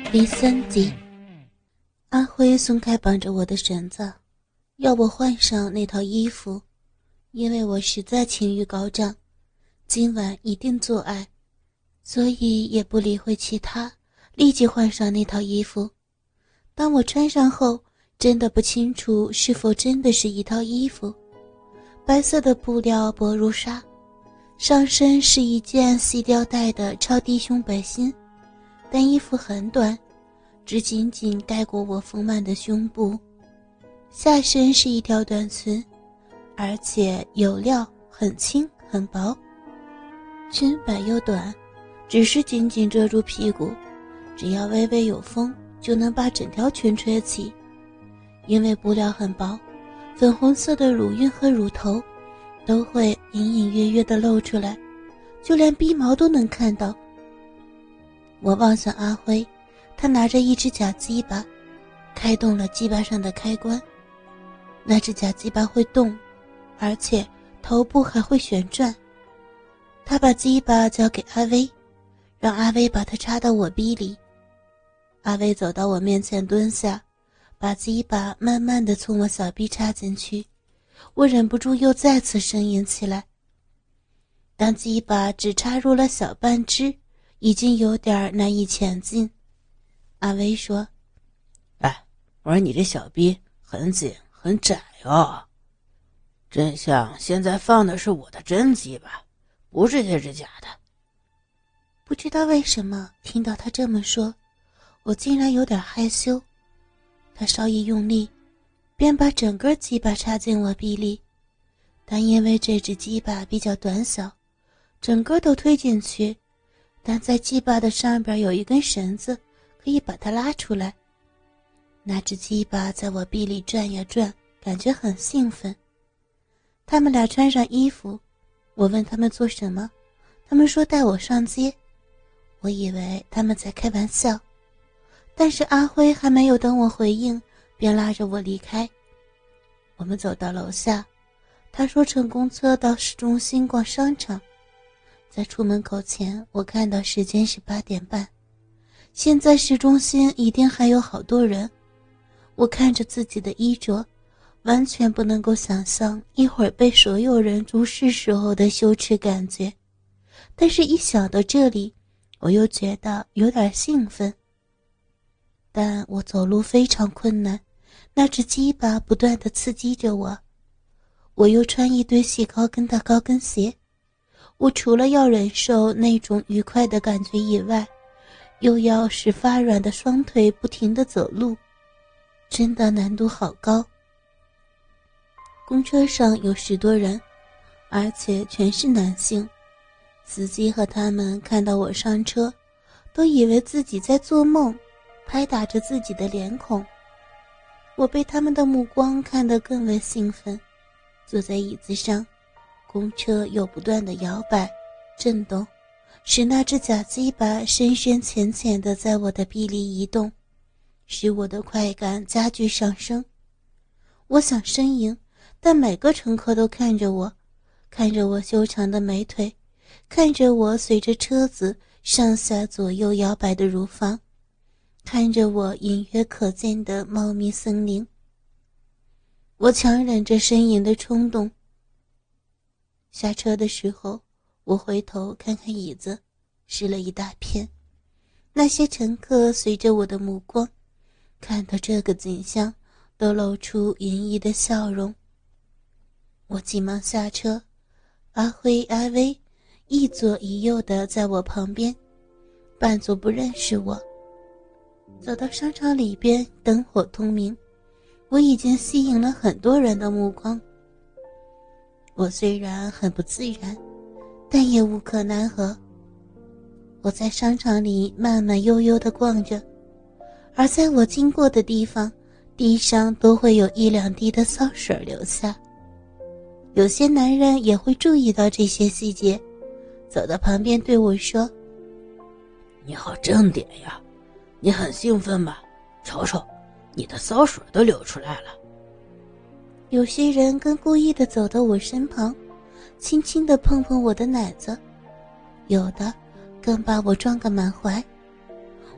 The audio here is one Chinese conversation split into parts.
第3集，阿辉松开绑着我的绳子，要我换上那套衣服，因为我实在情欲高涨，今晚一定做爱，所以也不理会其他，立即换上那套衣服。当我穿上后，真的不清楚是否真的是一套衣服。白色的布料薄如纱，上身是一件细吊带的超低胸背心，但衣服很短，只仅仅盖过我丰满的胸部。下身是一条短裙，而且有料，很轻很薄。裙摆又短，只是紧紧遮住屁股，只要微微有风就能把整条裙吹起。因为布料很薄，粉红色的乳晕和乳头都会隐隐约约地露出来，就连鼻毛都能看到。我望向阿辉，他拿着一只假鸡巴，开动了鸡巴上的开关。那只假鸡巴会动，而且头部还会旋转。他把鸡巴交给阿威，让阿威把它插到我逼里。阿威走到我面前蹲下，把鸡巴慢慢地从我小臂插进去。我忍不住又再次呻吟起来。当鸡巴只插入了小半只，已经有点难以前进。阿威说： 哎，我说你这小逼很紧很窄哦，真相现在放的是我的真鸡巴，不是这只假的。 不知道为什么听到他这么说，我竟然有点害羞。他稍一用力，便把整个鸡巴插进我臂里，但因为这只鸡巴比较短小，整个都推进去，但在鸡巴的上边有一根绳子，可以把它拉出来。那只鸡巴在我臂里转呀转，感觉很兴奋。他们俩穿上衣服，我问他们做什么，他们说带我上街。我以为他们在开玩笑，但是阿辉还没有等我回应，便拉着我离开。我们走到楼下，他说乘公车到市中心逛商场。在出门口前，我看到时间是8点半，现在市中心一定还有好多人。我看着自己的衣着，完全不能够想象一会儿被所有人注视时候的羞耻感觉，但是一想到这里，我又觉得有点兴奋。但我走路非常困难，那只鸡巴不断地刺激着我。我又穿一对细高跟的高跟鞋，我除了要忍受那种愉快的感觉以外，又要使发软的双腿不停地走路，真的难度好高。公车上有10多人，而且全是男性。司机和他们看到我上车，都以为自己在做梦，拍打着自己的脸孔。我被他们的目光看得更为兴奋，坐在椅子上，公车又不断地摇摆震动，使那只假鸡巴深深浅浅地在我的臂里移动，使我的快感加剧上升。我想呻吟，但每个乘客都看着我，看着我修长的美腿，看着我随着车子上下左右摇摆的乳房，看着我隐约可见的茂密森林。我强忍着呻吟的冲动。下车的时候，我回头看看椅子，湿了一大片。那些乘客随着我的目光，看到这个景象，都露出淫逸的笑容。我急忙下车，阿辉、阿威一左一右的在我旁边，扮作不认识我。走到商场里边，灯火通明，我已经吸引了很多人的目光。我虽然很不自然，但也无可奈何。我在商场里慢慢悠悠地逛着，而在我经过的地方，地上都会有1、2滴的骚水流下。有些男人也会注意到这些细节，走到旁边对我说： 你好正点呀，你很兴奋吧？瞅瞅，你的骚水都流出来了。 有些人更故意地走到我身旁，轻轻地碰碰我的奶子，有的更把我装个满怀。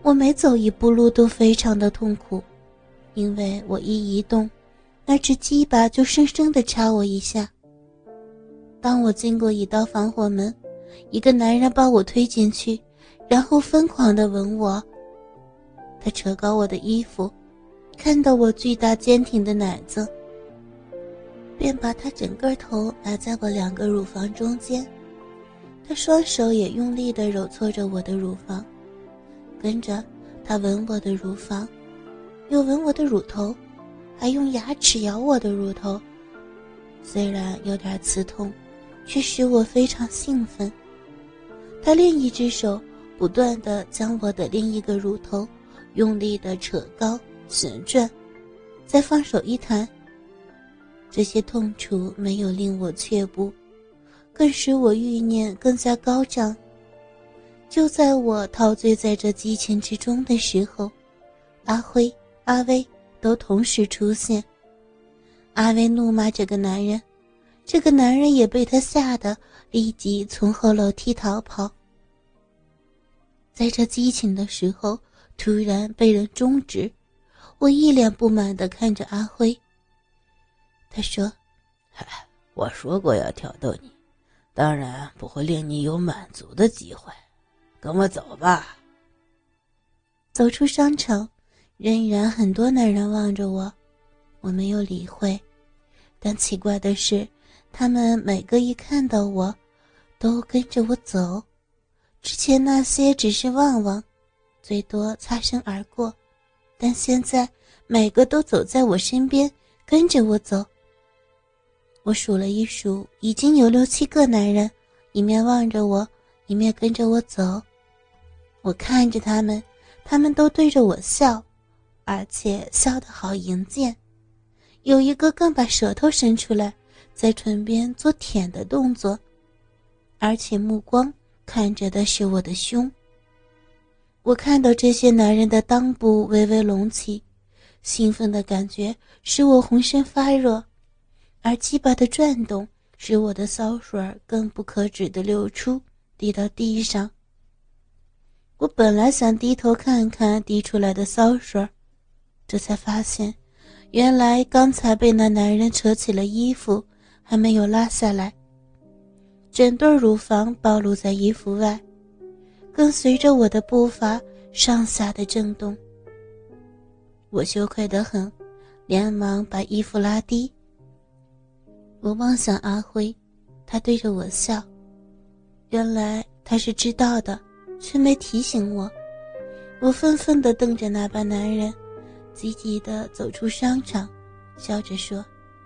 我每走一步路都非常的痛苦，因为我一移动，那只鸡巴就生生地插我一下。当我经过一道防火门，一个男人把我推进去，然后疯狂地吻我。他扯高我的衣服，看到我巨大坚挺的奶子，便把他整个头埋在我2个乳房中间。他双手也用力地揉搓着我的乳房，跟着他吻我的乳房，又吻我的乳头，还用牙齿咬我的乳头。虽然有点刺痛，却使我非常兴奋。他另一只手不断地将我的另一个乳头用力地扯高旋转，再放手一弹。这些痛楚没有令我却步，更使我欲念更加高涨。就在我陶醉在这激情之中的时候，阿辉、阿威都同时出现。阿威怒骂这个男人，这个男人也被他吓得立即从后楼梯逃跑。在这激情的时候，突然被人终止。我一脸不满地看着阿辉。他说： 我说过要挑逗你，当然不会令你有满足的机会，跟我走吧。 走出商场，仍然很多男人望着我，我没有理会。但奇怪的是，他们每个一看到我都跟着我走，之前那些只是望望，最多擦身而过，但现在每个都走在我身边，跟着我走。我数了一数，已经有6、7个男人一面望着我，一面跟着我走。我看着他们，他们都对着我笑，而且笑得好淫贱。有一个更把舌头伸出来，在唇边做舔的动作，而且目光看着的是我的胸。我看到这些男人的裆部微微隆起，兴奋的感觉使我浑身发热，而鸡巴的转动使我的骚水更不可止地流出，滴到地上。我本来想低头看看滴出来的骚水，这才发现原来刚才被那男人扯起了衣服，还没有拉下来，整对乳房暴露在衣服外，跟随着我的步伐上下的震动。我羞愧得很，连忙把衣服拉低。我望向阿辉，他对着我笑，原来他是知道的，却没提醒我。我愤愤地瞪着那班男人，积极地走出商场，笑着说：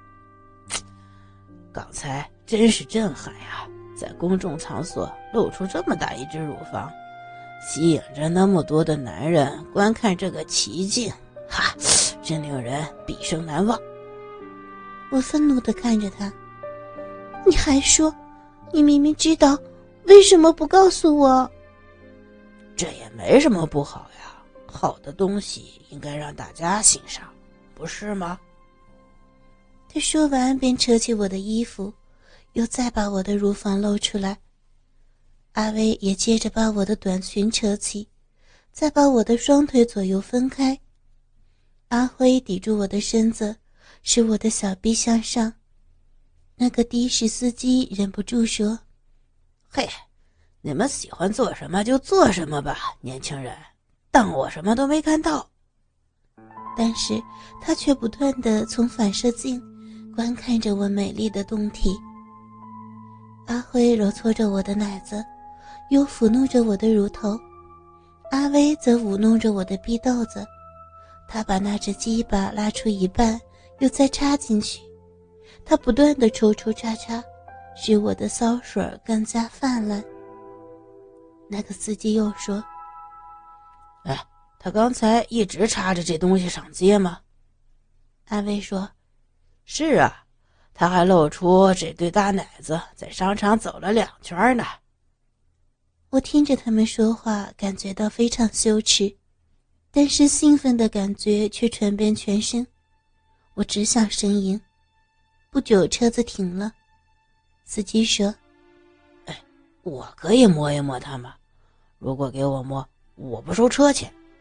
刚才真是震撼呀，在公众场所露出这么大一只乳房，吸引着那么多的男人观看这个奇景，哈，真令人毕生难忘。 我愤怒地看着他，你还说，你明明知道，为什么不告诉我？ 这也没什么不好呀，好的东西应该让大家欣赏，不是吗？ 他说完便扯起我的衣服，又再把我的乳房露出来。阿威也接着把我的短裙扯起，再把我的双腿左右分开。阿辉抵住我的身子，使我的小臂向上。那个的士司机忍不住说： 嘿，你们喜欢做什么就做什么吧，年轻人，当我什么都没看到。 但是他却不断地从反射镜观看着我美丽的胴体。阿辉揉搓着我的奶子，又抚弄着我的乳头，阿威则舞弄着我的逼豆子。他把那只鸡巴拉出一半，又再插进去，他不断地抽抽插插，使我的骚水更加泛滥。那个司机又说： 哎，他刚才一直插着这东西上街吗？ 阿威说： 是啊，他还露出这对大奶子，在商场走了2圈呢。 我听着他们说话，感觉到非常羞耻，但是兴奋的感觉却传遍全身。我只想呻吟。不久车子停了，司机说： 我可以摸一摸他吗？如果给我摸，我不收车钱，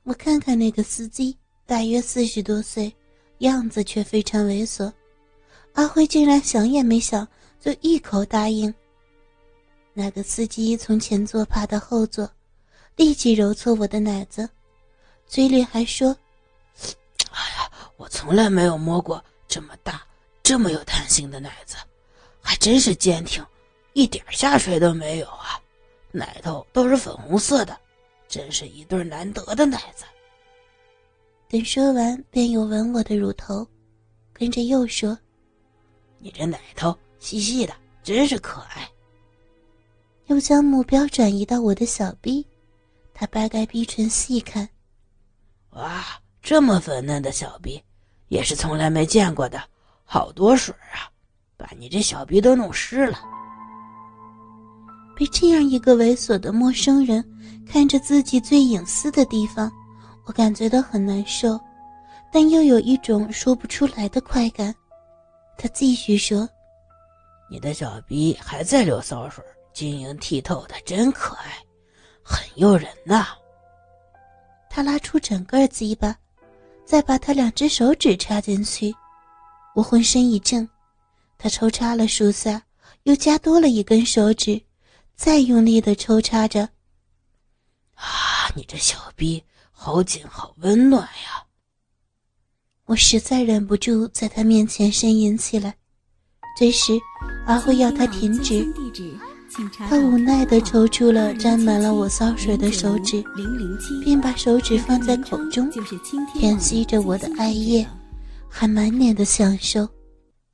我看看那个司机，大约40多岁，样子却非常猥琐。阿辉竟然想也没想就一口答应。那个司机从前座爬到后座，立即揉搓我的奶子，嘴里还说： 哎呀，我从来没有摸过这么大这么有弹性的奶子，还真是坚挺，一点下垂都没有啊，奶头都是粉红色的，真是一对难得的奶子。 等说完便又吻我的乳头，跟着又说： 你这奶头细细的，真是可爱。 又将目标转移到我的小臂，他掰开逼唇细看， 哇，这么粉嫩的小臂也是从来没见过的，好多水啊，把你这小臂都弄湿了。 被这样一个猥琐的陌生人看着自己最隐私的地方，我感觉到很难受，但又有一种说不出来的快感。他继续说： 你的小臂还在流骚水，晶莹剔透的，真可爱，很诱人呐。 他拉出整个鸡巴，再把他2只手指插进去，我浑身一震。他抽插了数下，又加多了1根手指，再用力地抽插着。 啊，你这小臂好紧好温暖呀。 我实在忍不住在他面前呻吟起来。这时阿辉要他停止，他无奈地抽出了沾满了我骚水的手指，并把手指放在口中，舔吸着我的艾叶，还满脸的享受。